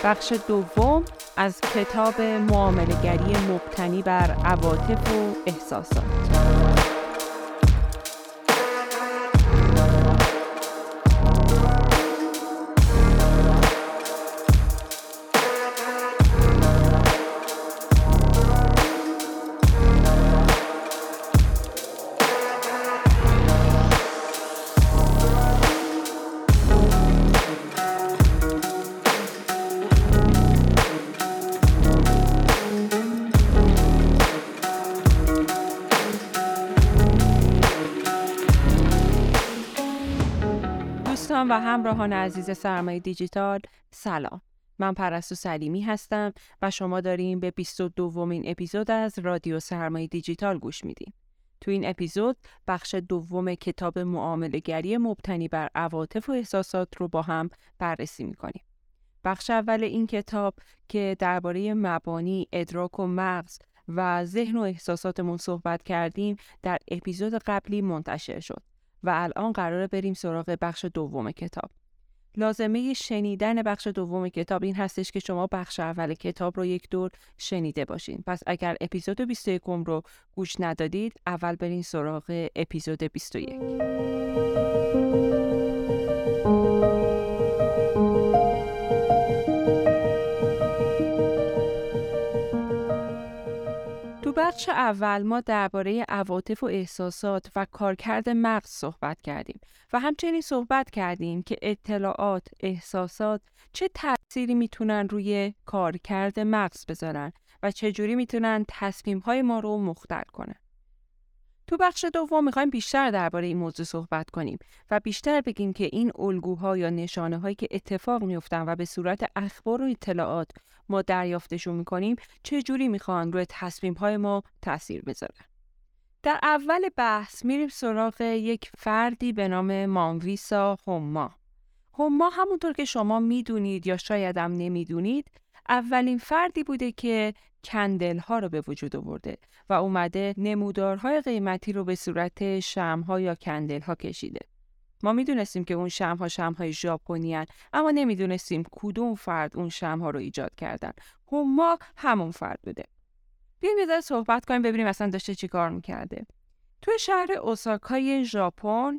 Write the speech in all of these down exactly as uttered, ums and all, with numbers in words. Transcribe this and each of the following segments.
بخش دوم از کتاب معامله‌گری مبتنی بر عواطف و احساسات. و همراهان عزیز سرمایه دیجیتال، سلام. من پرستو سلیمی هستم و شما دارین به بیست و دومین اپیزود از رادیو سرمایه دیجیتال گوش میدین. تو این اپیزود بخش دوم کتاب معامله‌گری مبتنی بر عواطف و احساسات رو با هم بررسی میکنیم. بخش اول این کتاب که درباره مبانی، ادراک و مغز و ذهن و احساساتمون صحبت کردیم در اپیزود قبلی منتشر شد. و الان قراره بریم سراغ بخش دوم کتاب. لازمه شنیدن بخش دوم کتاب این هستش که شما بخش اول کتاب رو یک دور شنیده باشین. پس اگر اپیزود بیست و یک رو گوش ندادید، اول برین سراغ اپیزود بیست و یک. تو بخش اول ما درباره عواطف و احساسات و کارکرد مغز صحبت کردیم و همچنین صحبت کردیم که اطلاعات، احساسات چه تأثیری میتونن روی کارکرد مغز بذارن و چجوری میتونن تصمیم‌های ما رو مختل کنن. تو بخش دوم میخوایم بیشتر درباره این موضوع صحبت کنیم و بیشتر بگیم که این الگوها یا نشانه‌هایی که اتفاق میفتن و به صورت اخبار و اطلاعات ما دریافتشون میکنیم چجوری میخوان روی تصمیم‌های ما تأثیر بذارن. در اول بحث میریم سراغ یک فردی به نام مانویسا هوما. هوما همونطور که شما میدونید یا شاید هم نمیدونید اولین فردی بوده که کندل ها رو به وجود آورده و اومده نمودارهای قیمتی رو به صورت شمع‌ها یا کندل ها کشیده. ما میدونستیم که اون شمع‌ها شمع‌های ژاپنی ان، اما نمیدونستیم کدوم فرد اون شمع‌ها رو ایجاد کردن. هوما همون فرد بوده. بیایم یه ذره صحبت کنیم ببینیم اصلا داشته چی کار میکرده. توی شهر اوساکای ژاپن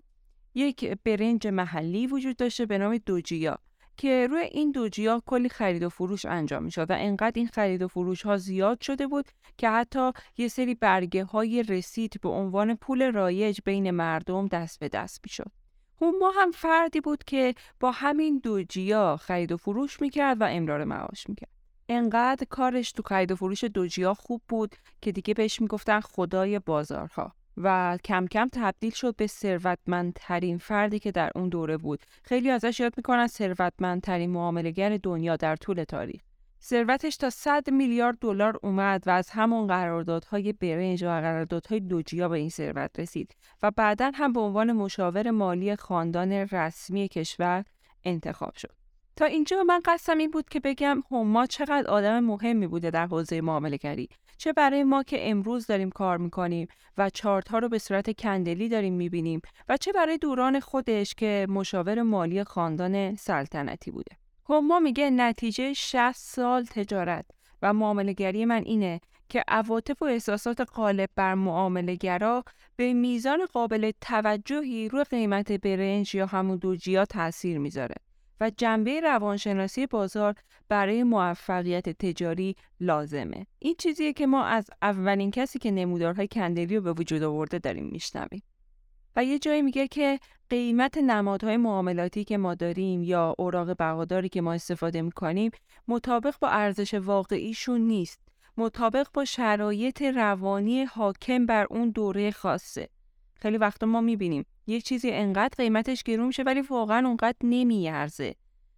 یک برنج محلی وجود داشته به نام دوجیا که روی این دوجیا کلی خرید و فروش انجام میشد و انقدر این خرید و فروش ها زیاد شده بود که حتی یه سری برگه های رسید به عنوان پول رایج بین مردم دست به دست میشد. هوما هم فردی بود که با همین دوجیا خرید و فروش میکرد و امرار معاش میکرد. انقدر کارش تو خرید و فروش دوجیا خوب بود که دیگه بهش میگفتن خدای بازارها و کم کم تبدیل شد به ثروتمندترین فردی که در اون دوره بود. خیلی ازش یاد میکنن ثروتمندترین معامله‌گر دنیا در طول تاریخ. ثروتش تا صد میلیارد دلار اومد و از همون قراردادهای برنج و قراردادهای دوجیا به این ثروت رسید و بعداً هم به عنوان مشاور مالی خاندان رسمی کشور انتخاب شد. تا اینجا من قصدم این بود که بگم هوما چقدر آدم مهمی بوده در حوزه معامله‌گری، چه برای ما که امروز داریم کار میکنیم و چارت ها رو به صورت کندلی داریم میبینیم و چه برای دوران خودش که مشاور مالی خاندان سلطنتی بوده. هوما میگه نتیجه شصت سال تجارت و معامله‌گری من اینه که عواطف و احساسات غالب بر معامله‌گرا به میزان قابل توجهی روی قیمت برنج یا همون دوجیا تأثیر میذاره و جنبه روانشناسی بازار برای موفقیت تجاری لازمه. این چیزیه که ما از اولین کسی که نمودارهای کندلی رو به وجود آورده داریم میشنویم. و یه جایی میگه که قیمت نمادهای معاملاتی که ما داریم یا اوراق بهاداری که ما استفاده میکنیم مطابق با ارزش واقعیشون نیست، مطابق با شرایط روانی حاکم بر اون دوره خاصه. خیلی وقتا ما میبینیم یه چیزی انقدر قیمتش گرون میشه ولی واقعا اونقدر نمیارزه.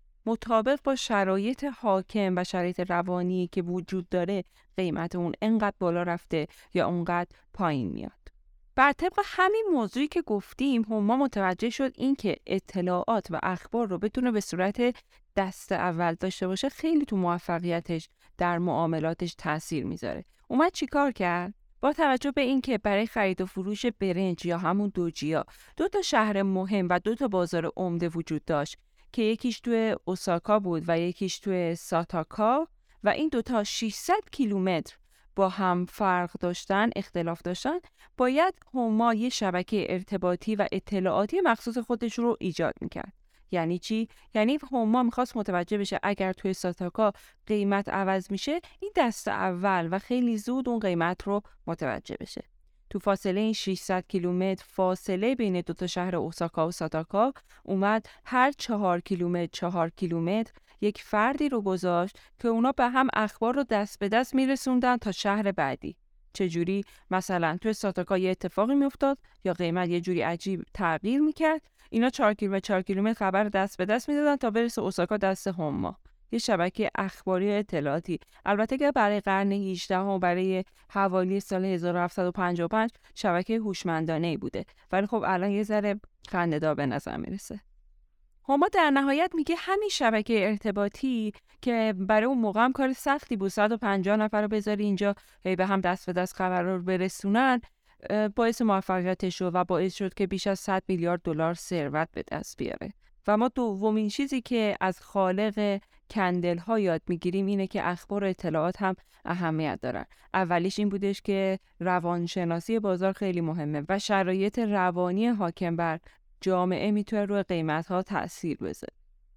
مطابق با شرایط حاکم و شرایط روانی که وجود داره قیمت اون انقدر بالا رفته یا اونقدر پایین میاد. بر طبق همین موضوعی که گفتیم هوما متوجه شد این که اطلاعات و اخبار رو بتونه به صورت دست اول داشته باشه خیلی تو موفقیتش در معاملاتش تأثیر میذاره. اومد چی کار کرد؟ با توجه به این که برای خرید و فروش برنج یا همون دوجیا دو تا شهر مهم و دو تا بازار عمده وجود داشت که یکیش توی اوساکا بود و یکیش توی ساتاکا و این دوتا ششصد کیلومتر با هم فرق داشتن، اختلاف داشتن، باید هوما یه شبکه ارتباطی و اطلاعاتی مخصوص خودش رو ایجاد میکرد. یعنی چی؟ یعنی هوما میخواست متوجه بشه اگر توی ساتاکا قیمت عوض میشه، این دست اول و خیلی زود اون قیمت رو متوجه بشه. تو فاصله این ششصد کیلومتر فاصله بین دو تا شهر اوساکا و ساتاکا اومد هر چهار کیلومتر چهار کیلومتر یک فردی رو گذاشت که اونا به هم اخبار رو دست به دست میرسوندن تا شهر بعدی. چجوری؟ مثلا توی ساتاکا یه اتفاقی میافتاد یا قیمت یه جوری عجیب تغییر میکرد، اینا چهار کیلومتر چهار کیلومتر خبر دست به دست میدادن تا برسه اوساکا دست هوما. یه شبکه اخباری و اطلاعاتی. البته که برای قرن هجدهم و برای حوالی سال هزار و هفتصد و پنجاه و پنج شبکه هوشمندانه‌ای بوده، ولی خب الان یه ذره خنده‌دار به نظر میرسه. هوما در نهایت میگه همین شبکه ارتباطی که برای اون موقع هم کار سختی بود، صد و پنجاه نفر رو بذاری اینجا هی به هم دست به دست خبر رو برسونن، باعث موفقیتش شد و باعث شد که بیش از صد میلیارد دلار ثروت به دست بیاره. و ما دومین چیزی که از خالق کندل ها یاد میگیریم اینه که اخبار و اطلاعات هم اهمیت دارن. اولیش این بودش که روانشناسی بازار خیلی مهمه و شرایط روانی حاکم بر جامعه میتونه روی قیمت ها تأثیر بذاره.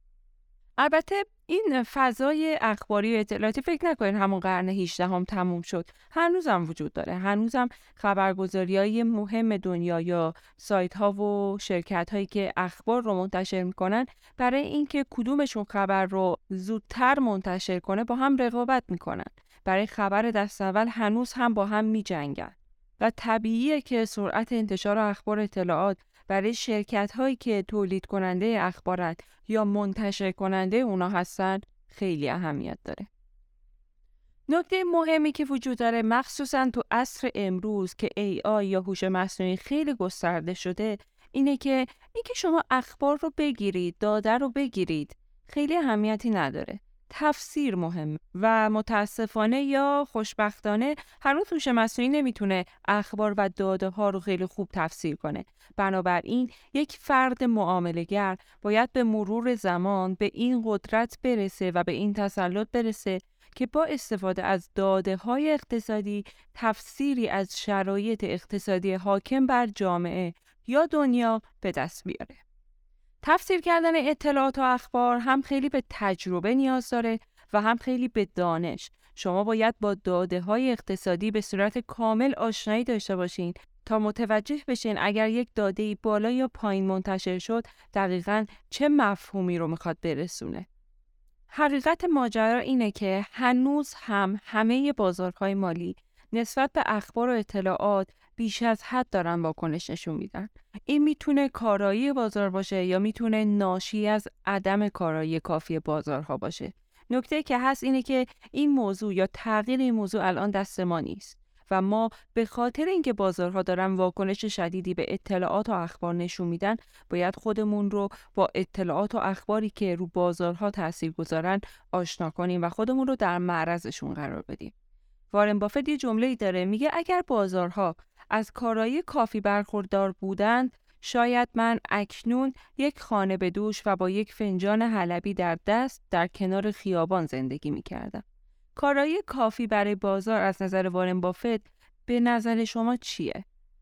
البته این فضای اخباری و اطلاعاتی فکر نکنین همون قرن هجدهم هم تموم شد. هنوزم وجود داره. هنوزم خبرگزاری‌های مهم دنیا یا سایت‌ها و شرکت‌هایی که اخبار رو منتشر می‌کنن برای اینکه کدومشون خبر رو زودتر منتشر کنه با هم رقابت می‌کنن. برای خبر دست اول هنوز هم با هم می‌جنگن. و طبیعیه که سرعت انتشار اخبار اطلاعات برای شرکت‌هایی که تولید کننده اخبارن یا منتشر کننده اونا هستن خیلی اهمیت داره. نکته مهمی که وجود داره مخصوصاً تو عصر امروز که ای آی یا هوش مصنوعی خیلی گسترده شده اینه که اینکه شما اخبار رو بگیرید، داده رو بگیرید خیلی اهمیتی نداره. تفسیر مهم و متاسفانه یا خوشبختانه هنوز هوش مصنوعی نمیتونه اخبار و داده ها رو خیلی خوب تفسیر کنه. بنابراین یک فرد معامله‌گر باید به مرور زمان به این قدرت برسه و به این تسلط برسه که با استفاده از داده های اقتصادی تفسیری از شرایط اقتصادی حاکم بر جامعه یا دنیا به دست بیاره. تفسیر کردن اطلاعات و اخبار هم خیلی به تجربه نیاز داره و هم خیلی به دانش. شما باید با داده های اقتصادی به صورت کامل آشنایی داشته باشین تا متوجه بشین اگر یک داده بالا یا پایین منتشر شد دقیقاً چه مفهومی رو میخواد برسونه. حقیقت ماجرا اینه که هنوز هم همه بازارهای مالی نسبت به اخبار و اطلاعات بیش از حد دارن واکنش نشون میدن. این میتونه کارایی بازار باشه یا میتونه ناشی از عدم کارایی کافی بازارها باشه. نکته که هست اینه که این موضوع یا تغییر این موضوع الان دست ما نیست و ما به خاطر اینکه بازارها دارن واکنش شدیدی به اطلاعات و اخبار نشون میدن باید خودمون رو با اطلاعات و اخباری که رو بازارها تاثیر گذارن آشنا کنیم و خودمون رو در معرضشون قرار بدیم. وارن بافت یه جمله‌ای داره، میگه اگر بازارها از کارایی کافی برخوردار بودند شاید من اکنون یک خانه به دوش و با یک فنجان حلبی در دست در کنار خیابان زندگی می‌کردم. کارایی کافی برای بازار از نظر وارن بافت به نظر شما چیه؟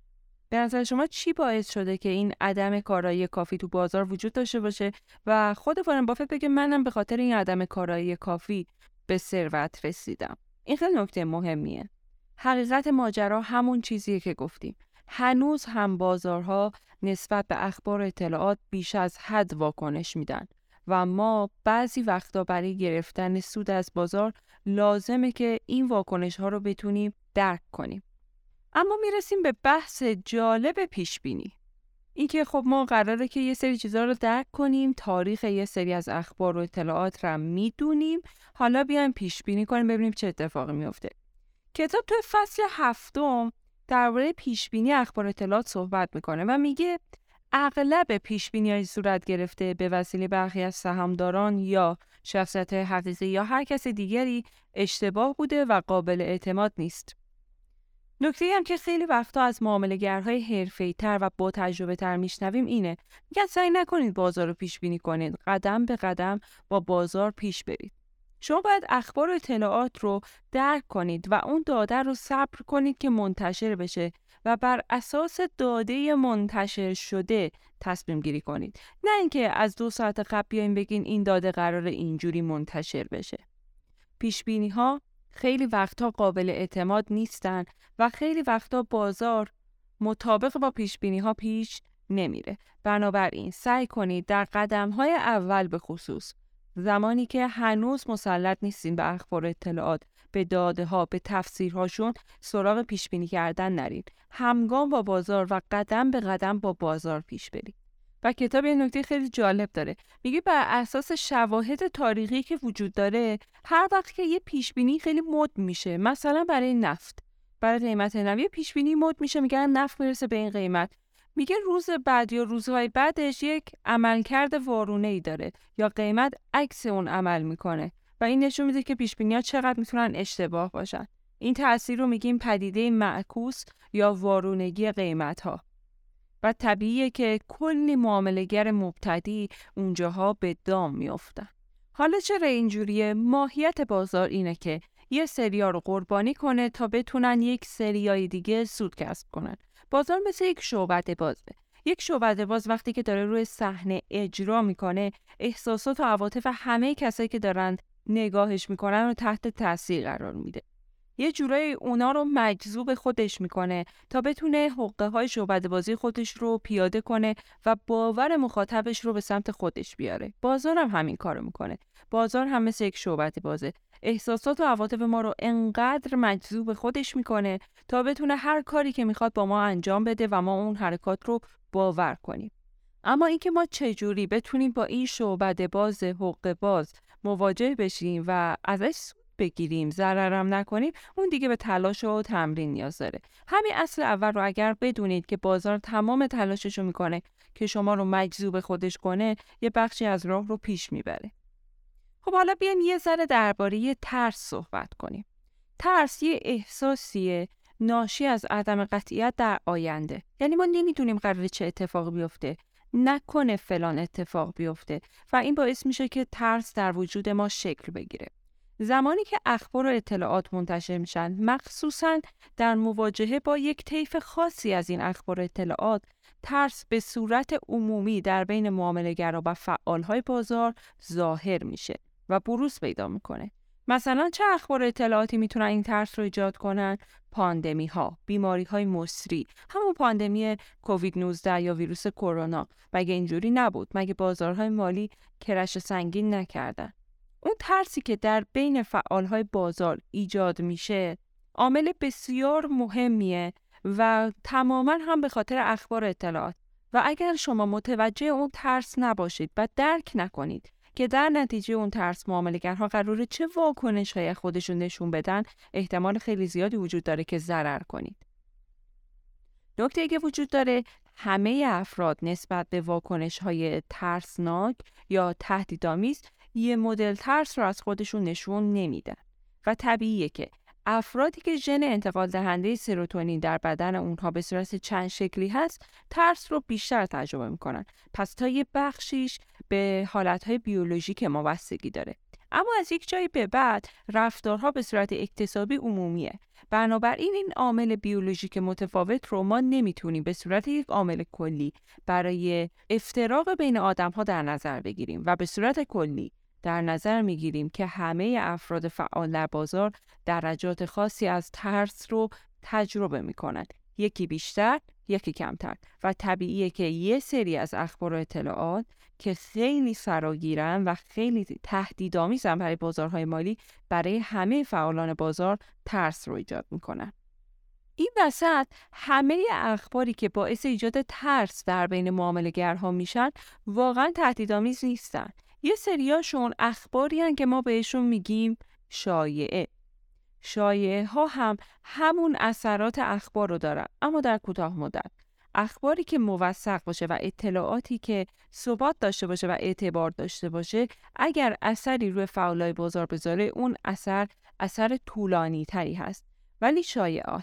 به نظر شما چی باعث شده که این عدم کارایی کافی تو بازار وجود داشته باشه و خود وارن بافت بگه منم به خاطر این عدم کارایی کافی به ثروت رسیدم؟ این خیلی نکته مهمیه. حقیقت ماجرا همون چیزیه که گفتیم. هنوز هم بازارها نسبت به اخبار و اطلاعات بیش از حد واکنش میدن و ما بعضی وقتا برای گرفتن سود از بازار لازمه که این واکنش ها رو بتونیم درک کنیم. اما میرسیم به بحث جالب پیش بینی. این که خب ما قراره که یه سری چیزا رو درک کنیم، تاریخ یه سری از اخبار و اطلاعات رو میدونیم، حالا بیایم پیش بینی کنیم ببینیم چه اتفاقی میفته. کتاب تو فصل هفتم درباره پیش بینی اخبار و اطلاعات صحبت میکنه و میگه اغلب پیش بینی‌های صورت گرفته به وسیله برخی از سهامداران یا شخصیت حقیقی یا هر کس دیگری اشتباه بوده و قابل اعتماد نیست. نکته‌ای هم که خیلی وقتا از معامله‌گرهای حرفه‌ای‌تر و با تجربه‌تر میشنویم اینه: میگن سعی نکنید بازار رو پیش بینی کنید، قدم به قدم با بازار پیش برید. شما باید اخبار و اطلاعات رو درک کنید و اون داده رو صبر کنید که منتشر بشه و بر اساس داده منتشر شده تصمیم گیری کنید، نه اینکه از دو ساعت قبل بیاین بگین این داده قراره اینجوری منتشر بشه. پیش‌بینی‌ها خیلی وقتا قابل اعتماد نیستن و خیلی وقتا بازار مطابق با پیش‌بینی‌ها پیش نمیره. بنابراین سعی کنید در قدم‌های اول به خصوص، زمانی که هنوز مسلط نیستین به اخبار و اطلاعات، به داده‌ها، به تفسیرهاشون، سراغ پیش‌بینی کردن نرید. همگام با بازار و قدم به قدم با بازار پیش برید. و کتاب یه نکته خیلی جالب داره. میگه بر اساس شواهد تاریخی که وجود داره، هر وقت که یه پیشبینی خیلی مد میشه، مثلا برای نفت، برای قیمت نفت یه پیشبینی مد میشه، میگن نفت میرسه به این قیمت، میگه روز بعد یا روزهای بعدش یک عملکرد وارونه‌ای داره یا قیمت عکس اون عمل میکنه و این نشون میده که پیشبینی‌ها چقدر میتونن اشتباه باشن. این تأثیر رو میگیم پدیده معکوس یا وارونگی قیمت‌ها. و طبیعیه که کلی معامله‌گر مبتدی اونجاها به دام میافتن. حالا چرا اینجوریه؟ ماهیت بازار اینه که یه سریا رو قربانی کنه تا بتونن یک سریای دیگه سود کسب کنن. بازار مثل یک شعبده بازه. یک شعبده باز وقتی که داره روی صحنه اجرا میکنه، احساسات و عواطف همه کسایی که دارن نگاهش میکنن رو تحت تاثیر قرار میده. یه جورایی اونا رو مجذوب خودش میکنه تا بتونه حقه های شعبده بازی خودش رو پیاده کنه و باور مخاطبش رو به سمت خودش بیاره. بازار هم همین کارو میکنه. بازار هم مثل یک شعبده بازه. احساسات و عواطف ما رو انقدر مجذوب خودش میکنه تا بتونه هر کاری که میخواد با ما انجام بده و ما اون حرکات رو باور کنیم. اما اینکه ما چجوری بتونیم با این شعبده باز حقه باز مواجه بشیم و ازش بگیریم، ضررم نکنیم، اون دیگه به تلاش و تمرین نیاز داره. همین اصل اول رو اگر بدونید که بازار تمام تلاششو میکنه که شما رو مجذوب خودش کنه، یه بخشی از راه رو پیش میبره. خب حالا بیایم یه ذره درباره ترس صحبت کنیم. ترس یه احساسیه ناشی از عدم قطعیت در آینده. یعنی ما نمیدونیم قراره چه اتفاقی بیفته، نکنه فلان اتفاق بیفته و این باعث میشه که ترس در وجود ما شکل بگیره. زمانی که اخبار و اطلاعات منتشر میشن، مخصوصاً در مواجهه با یک طیف خاصی از این اخبار و اطلاعات، ترس به صورت عمومی در بین معامله‌گرا و فعالهای بازار ظاهر میشه و بروز پیدا میکنه. مثلا چه اخبار و اطلاعاتی میتونن این ترس رو ایجاد کنن؟ پاندمی ها، بیماری های مصری، همون پاندمی کووید نوزده یا ویروس کرونا. مگه اینجوری نبود؟ مگه بازارهای مالی کرش سنگین نکردن؟ اون ترسی که در بین فعالهای بازار ایجاد میشه عامل بسیار مهمیه و تماماً هم به خاطر اخبار اطلاعات. و اگر شما متوجه اون ترس نباشید و درک نکنید که در نتیجه اون ترس معامله‌گرها قراره چه واکنش‌های خودشون نشون بدن، احتمال خیلی زیادی وجود داره که ضرر کنید. نکته‌ای که وجود داره، همه افراد نسبت به واکنش‌های ترسناک یا تهدیدآمیز یه مدل ترس رو از خودشون نشون نمیدن و طبیعیه که افرادی که ژن انتقال دهنده سروتونین در بدن اونها به صورت چند شکلی هست، ترس رو بیشتر تجربه میکنن. پس تا یه بخشیش به حالتهای بیولوژیک ما بستگی داره. اما از یک جایی به بعد رفتارها به صورت اکتسابی عمومیه. بنابراین این عامل بیولوژیک متفاوت رو ما نمیتونیم به صورت یک عامل کلی برای افتراق بین آدم‌ها در نظر بگیریم و به صورت کلی در نظر میگیریم که همه افراد فعال در بازار درجات خاصی از ترس رو تجربه میکنند، یکی بیشتر، یکی کمتر. و طبیعیه که یه سری از اخبار و اطلاعات که خیلی فراگیرن و خیلی تهدیدآمیزن برای بازارهای مالی، برای همه فعالان بازار ترس رو ایجاد میکنن. این وسط همه اخباری که باعث ایجاد ترس در بین معامله‌گرها میشن واقعا تهدیدآمیز نیستن. یه سریاشون اخباری هن که ما بهشون میگیم شایعه. شایعه ها هم همون اثرات اخبار رو دارن، اما در کوتاه مدت. اخباری که موثق باشه و اطلاعاتی که ثبات داشته باشه و اعتبار داشته باشه، اگر اثری روی فعالای بازار بذاره، اون اثر اثر طولانی تری هست. ولی شایعات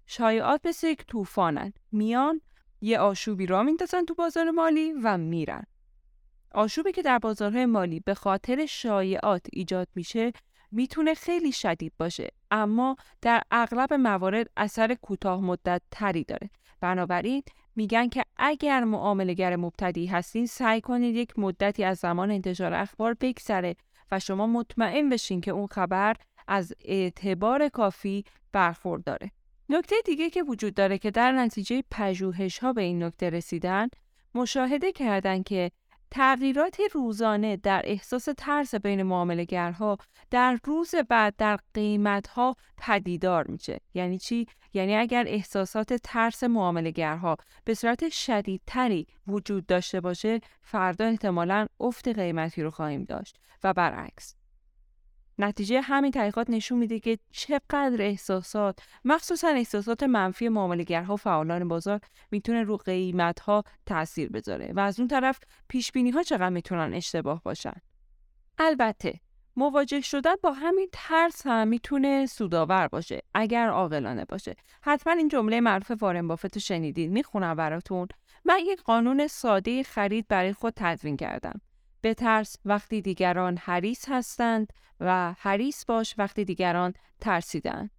شایعات مثل یک طوفانن، میان یه آشوبی را میندازن تو بازار مالی و میرن. آشوبی که در بازارهای مالی به خاطر شایعات ایجاد میشه میتونه خیلی شدید باشه، اما در اغلب موارد اثر کوتاه مدت تری داره. بنابراین میگن که اگر معامله‌گر مبتدی هستین سعی کنید یک مدتی از زمان انتشار اخبار بگذره و شما مطمئن بشین که اون خبر از اعتبار کافی برخورداره. نکته دیگه که وجود داره که در نتیجه پژوهش‌ها به این نکته رسیدن، مشاهده کردن که تغییرات روزانه در احساس ترس بین معامله‌گرها در روز بعد در قیمت‌ها پدیدار میشه. یعنی چی؟ یعنی اگر احساسات ترس معامله‌گرها به صورت شدیدتری وجود داشته باشه، فردا احتمالاً افت قیمتی رو خواهیم داشت و برعکس. نتیجه همین تحقیقات نشون میده که چقدر احساسات، مخصوصا احساسات منفی معامله‌گرها و فعالان بازار میتونه رو قیمت‌ها تأثیر بذاره و از اون طرف پیش‌بینی‌ها چقدر میتونن اشتباه باشن. البته مواجه شدن با همین ترس هم میتونه سودآور باشه اگر عاقلانه باشه. حتما این جمله معروف وارن بافت رو شنیدید، میخونم براتون. من یک قانون ساده خرید برای خود تدوین کردم. بترس وقتی دیگران حریص هستند و حریص باش وقتی دیگران ترسیدند.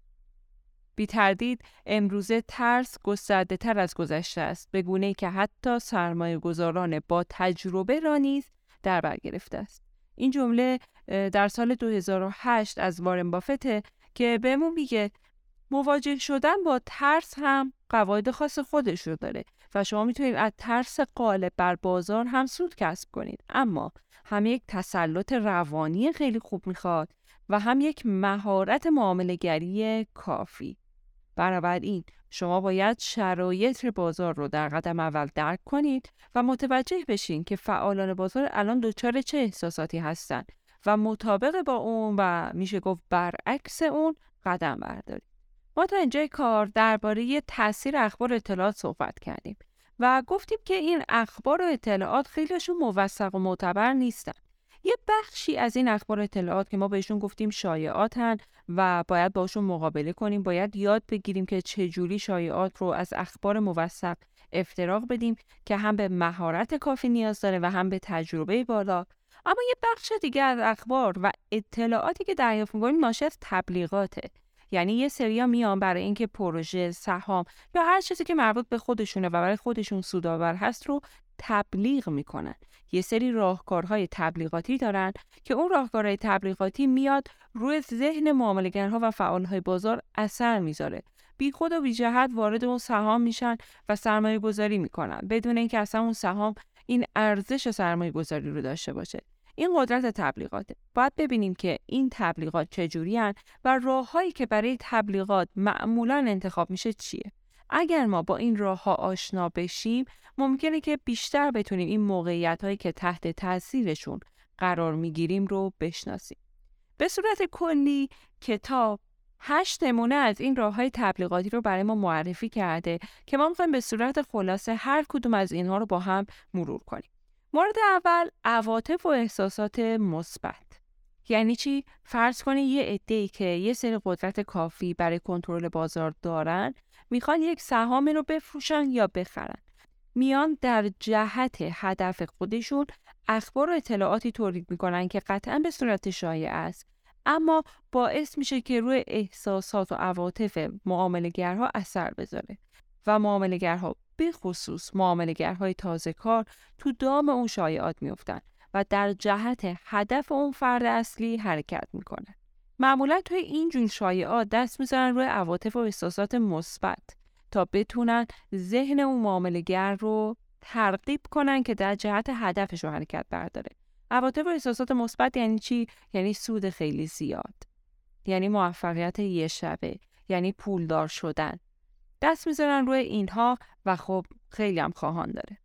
بی تردید امروزه ترس گسترده تر از گذشته است، به گونه‌ای که حتی سرمایه گذاران با تجربه را نیز در بر گرفته است. این جمله در سال دو هزار و هشت از وارن بافته که بهمون میگه مواجه شدن با ترس هم قواعد خاص خودش رو داره و شما میتونید از ترس غالب بر بازار هم سود کسب کنید، اما هم یک تسلط روانی خیلی خوب میخواد و هم یک مهارت معامله‌گری کافی. بنابراین شما باید شرایط بازار رو در قدم اول درک کنید و متوجه بشین که فعالان بازار الان دچار چه احساساتی هستن و مطابق با اون و میشه گفت برعکس اون قدم بردارید. ما تا اینجای کار درباره تأثیر اخبار و اطلاعات صحبت کردیم و گفتیم که این اخبار و اطلاعات خیلیشون موثق و معتبر نیستن. یه بخشی از این اخبار و اطلاعات که ما بهشون گفتیم شایعاتن و باید باشون مقابله کنیم، باید یاد بگیریم که چجوری شایعات رو از اخبار موثق افتراق بدیم که هم به مهارت کافی نیاز داره و هم به تجربه بالا. اما یه بخش دیگه از اخبار و اطلاعاتی که دریافت می‌کنیم ناشی از تبلیغاته. یعنی یه سریا میان برای اینکه پروژه، سهام یا هر چیزی که مربوط به خودشونه و برای خودشون سودآور هست رو تبلیغ میکنن. یه سری راهکارهای تبلیغاتی دارن که اون راهکارهای تبلیغاتی میاد روی ذهن معامله‌گرها و فعالهای بازار اثر میذاره. بی خود و بی جهت وارد اون سهام میشن و سرمایه گذاری میکنن بدون اینکه اصلا اون سهام این ارزش سرمایه گذاری رو داشته باشه. این قدرت تبلیغاته. باید ببینیم که این تبلیغات چجوری هن و راههایی که برای تبلیغات معمولاً انتخاب میشه چیه. اگر ما با این راهها آشنا بشیم ممکنه که بیشتر بتونیم این موقعیت‌هایی که تحت تاثیرشون قرار میگیریم رو بشناسیم. به صورت کلی کتاب هشت نمونه از این راههای تبلیغاتی رو برای ما معرفی کرده که ما می‌خوایم به صورت خلاصه هر کدوم از اینها رو با هم مرور کنیم. مورد اول، عواطف و احساسات مثبت. یعنی چی؟ فرض کنید یه عده‌ای که یه سری قدرت کافی برای کنترل بازار دارن، میخوان یک سهامی رو بفروشن یا بخرن. میان در جهت هدف خودشون اخبار و اطلاعاتی تولید میکنن که قطعاً به صورت شایع است، اما باعث میشه که روی احساسات و عواطف معامله‌گرها اثر بذاره و معامله‌گرها به خصوص معامله‌گرهای تازه کار تو دام اون شایعات میفتن و در جهت هدف اون فرد اصلی حرکت میکنن. معمولا توی این جون شایعات دست میذارن روی عواطف و احساسات مثبت تا بتونن ذهن اون معامله‌گر رو ترغیب کنن که در جهت هدفش رو حرکت برداره. عواطف و احساسات مثبت یعنی چی؟ یعنی سود خیلی زیاد، یعنی موفقیت یه شبه، یعنی پولدار شدن. دست میذارن روی اینها و خب خیلی هم خواهان داره.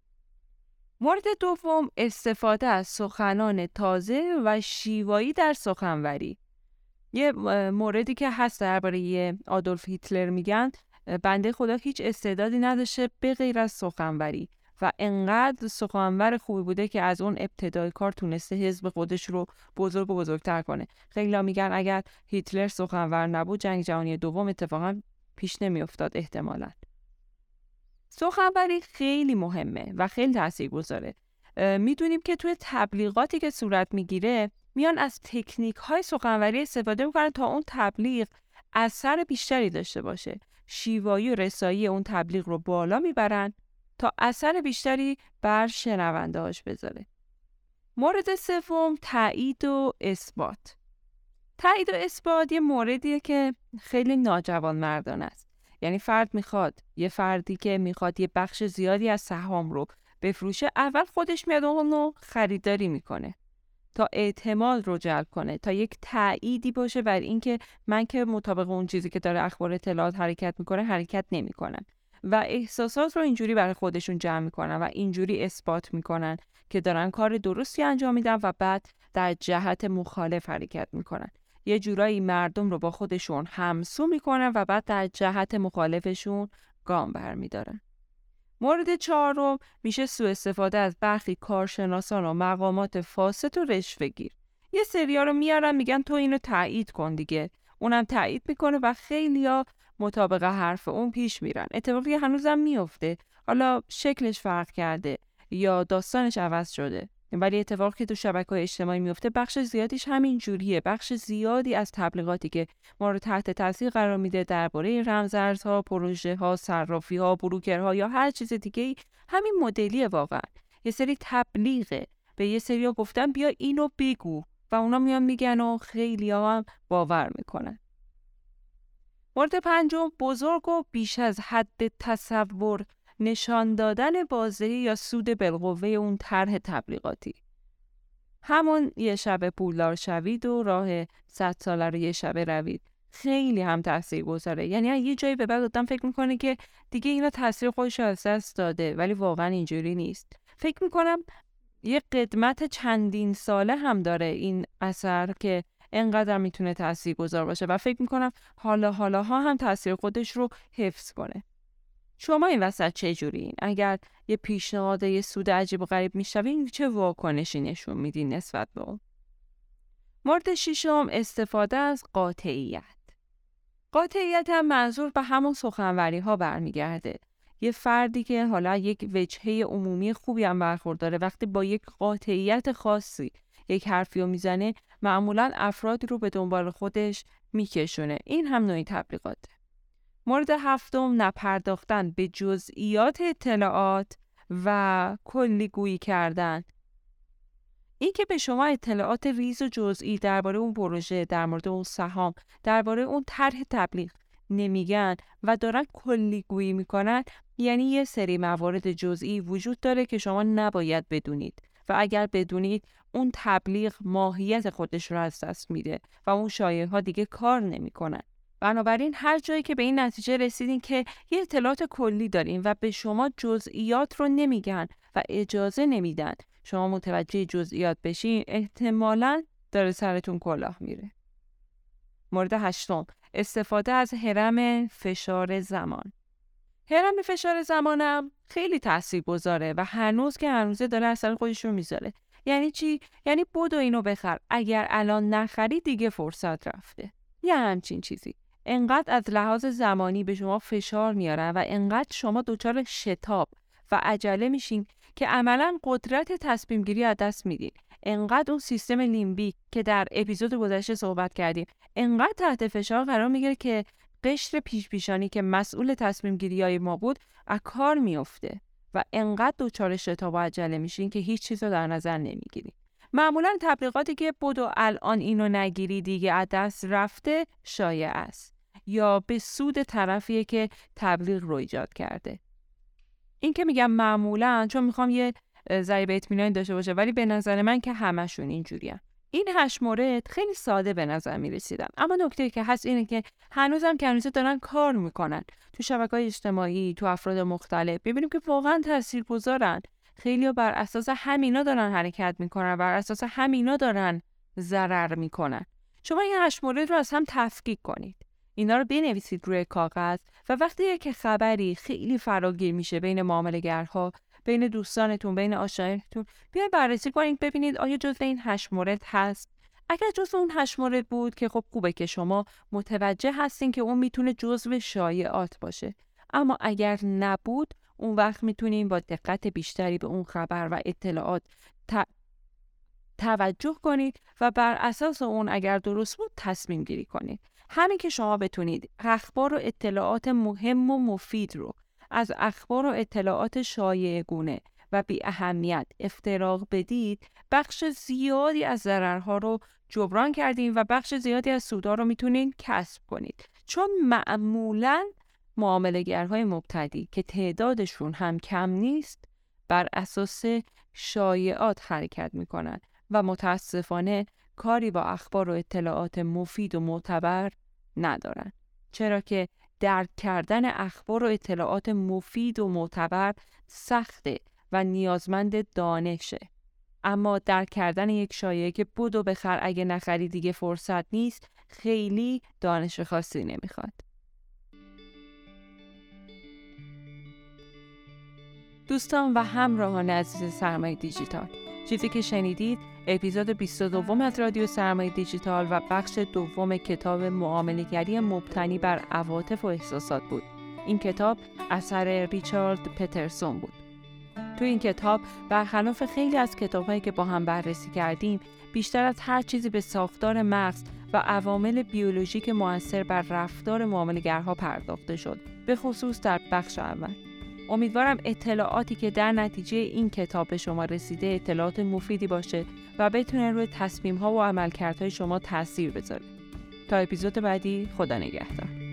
مورد دوم، استفاده از سخنان تازه و شیوایی در سخنوری. یه موردی که هست درباره آدولف هیتلر میگن بنده خدا هیچ استعدادی نداشته به غیر از سخنوری و انقدر سخنور خوبی بوده که از اون ابتدای کار تونسته حزب خودش رو بزرگ و بزرگتر کنه. خیلی ها میگن اگر هیتلر سخنور نبود جنگ جهانی دوم اتفاقا پیش نمیافتاد احتمالاً. سخنوری خیلی مهمه و خیلی تاثیرگذاره. میدونیم که توی تبلیغاتی که صورت میگیره میان از تکنیک های سخنوری استفاده میکنن تا اون تبلیغ اثر بیشتری داشته باشه. شیوایی و رسایی اون تبلیغ رو بالا میبرن تا اثر بیشتری بر شنونده‌هاش بذاره. مورد سوم، تایید و اثبات. تایید و اثبات یه موردیه که خیلی ناجوانمردانه است. یعنی فرد میخواد یه فردی که میخواد یه بخش زیادی از سهام رو بفروشه، اول خودش میاد اون رو خریداری میکنه تا اعتماد رو جلب کنه، تا یک تأییدی باشه بر این که من که مطابق اون چیزی که داره اخبار اطلاعات حرکت میکنه حرکت نمیکنم و احساسات رو اینجوری برای خودشون جمع میکنن و اینجوری اثبات میکنن که دارن کار درستی انجام میدن و بعد در جهت مخالف حرکت میکنن. یه جورایی مردم رو با خودشون همسو میکنن و بعد در جهت مخالفشون گام برمیدارن. مورد چهارم میشه سوء استفاده از برخی کارشناسان و مقامات فاسد و رشوه‌گیر. یه سریا رو میارن میگن تو اینو تایید کن دیگه، اونم تایید میکنه و خیلیا مطابق حرف اون پیش میرن. اتفاقی هنوزم میفته، حالا شکلش فرق کرده یا داستانش عوض شده، ولی اتفاقی که تو شبکه‌های اجتماعی میفته بخش زیادیش همین جوریه. بخش زیادی از تبلیغاتی که ما رو تحت تاثیر قرار میده درباره رمزارزها، پروژه‌ها، صرافی‌ها، بروکرها یا هر چیز دیگه‌ای همین مدلیه. واقعا یه سری تبلیغه، به یه سری‌ها گفتن بیا اینو بگو و اونا میان میگن و خیلی‌ها هم باور میکنن. مورد پنجم، بزرگ و بیش از حد تصور نشان دادن بازدهی یا سود بالقوه اون طرح تبلیغاتی. همون یه شب پولدار شوید و راه صد ساله رو یه شب روید خیلی هم تاثیر گذاره. یعنی یه جایی به بعد آدم فکر میکنه که دیگه اینا تاثیر خودش رو از دست داده، ولی واقعا اینجوری نیست. فکر میکنم یه قدمت چندین ساله هم داره این اثر که انقدر میتونه تاثیر گذار باشه و فکر میکنم حالا حالاها هم تاثیر خودش رو حفظ کنه. شما این وسط چه جورین؟ اگر یه پیشنهاد یه سود عجیب و غریب میشوین چه واکنشی نشون میدین نسبت به اون؟ مورد ششم، استفاده از قاطعیت. قاطعیت هم منظور به همون سخنوری ها برمیگرده. یه فردی که حالا یک وجهه عمومی خوبی هم برخورداره، وقتی با یک قاطعیت خاصی یک حرفی رو میزنه معمولاً افرادی رو به دنبال خودش میکشونه. این هم نوعی تبلیغاته. مورد هفتم، نپرداختن به جزئیات اطلاعات و کلیگویی کردن. این که به شما اطلاعات ریز و جزئی درباره اون پروژه، در مورد اون سهام، درباره اون طرح تبلیغ نمیگن و دارن کلیگویی میکنن، یعنی یه سری موارد جزئی وجود داره که شما نباید بدونید و اگر بدونید اون تبلیغ ماهیت خودش رو از دست میده و اون شایعه ها دیگه کار نمیکنن. بنابراین هر جایی که به این نتیجه رسیدین که یه اطلاعات کلی دارین و به شما جزئیات رو نمیگن و اجازه نمیدن شما متوجه جزئیات بشین، احتمالاً داره سرتون کلاه میره. مورد هشتم، استفاده از هرم فشار زمان. هرم فشار زمانم خیلی تاثیرگذاره و هنوز که هنوزه داره اثر خودش رو میذاره. یعنی چی؟ یعنی بدو اینو بخر، اگر الان نخری دیگه فرصت رفته. یه همچین چیزی. انقدر از لحاظ زمانی به شما فشار میارن و انقدر شما دچار شتاب و عجله میشین که عملاً قدرت تصمیم گیری از دست میدین. انقدر اون سیستم لیمبیک که در اپیزود گذشته صحبت کردیم انقدر تحت فشار قرار میگیره که قشر پیش پیشانی که مسئول تصمیم گیری های ما بود از کار میفته و انقدر دچار شتاب و عجله میشین که هیچ چیز رو در نظر نمیگیرین. معمولاً تبلیغاتی که بدو الان اینو نگیری دیگه از دست رفته شایع است یا به سود طرفیه که تبلیغ رو ایجاد کرده. این که میگم معمولاً چون میخوام یه ذریب اطمینانی داشته باشه، ولی به نظر من که همشون اینجوریه. این هشت مورد خیلی ساده به نظر میرسیدن، اما نکته که هست اینه که هنوزم که هنوز دارن کار میکنن تو شبکه‌های اجتماعی، تو افراد مختلف. ببینیم که واقعا تاثیرگذارن. خیلی‌ها بر اساس همینا دارن حرکت میکنن، بر اساس همینا دارن ضرر میکنن. شما این هشت مورد رو از هم تفکیک کنید. اینا رو بنویسید روی کاغذ و وقتی که خبری خیلی فراگیر میشه بین معامله‌گرها، بین دوستانتون، بین آشنایانتون، بیاید بررسی کنید ببینید آیا جزء این هشت مورد هست. اگر جزو اون هشت مورد بود که خب خوبه که شما متوجه هستین که اون میتونه جزو شایعات باشه. اما اگر نبود، اون وقت میتونین با دقت بیشتری به اون خبر و اطلاعات ت... توجه کنید و بر اساس اون اگر درست بود تصمیم گیری کنید. همین که شما بتونید اخبار و اطلاعات مهم و مفید رو از اخبار و اطلاعات شایع‌گونه و بی اهمیت افتراق بدید، بخش زیادی از ضررها رو جبران کردین و بخش زیادی از سودها رو میتونین کسب کنید. چون معمولاً معامله‌گرهای مبتدی که تعدادشون هم کم نیست، بر اساس شایعات حرکت میکنن و متاسفانه کاری با اخبار و اطلاعات مفید و معتبر ندارن. چرا که درک کردن اخبار و اطلاعات مفید و معتبر سخته و نیازمند دانشه. اما درک کردن یک شایعه که بدو بخر اگه نخری دیگه فرصت نیست، خیلی دانش خاصی نمیخواد. دوستان و همراهان عزیز سرمایه دیجیتال، چیزی که شنیدید اپیزود بیست و دو از رادیو سرمایه دیجیتال و بخش دوم کتاب معامله‌گری مبتنی بر عواطف و احساسات بود. این کتاب اثر ریچارد پترسون بود. تو این کتاب برخلاف خیلی از کتاب‌هایی که با هم بررسی کردیم، بیشتر از هر چیزی به ساختار مغز و عوامل بیولوژیک مؤثر بر رفتار معامله‌گرها پرداخته شد، به خصوص در بخش اول. امیدوارم اطلاعاتی که در نتیجه این کتاب به شما رسیده اطلاعات مفیدی باشه و بتونه روی تصمیم‌ها و عملکردهای شما تأثیر بذاره. تا اپیزود بعدی، خدا نگهدار.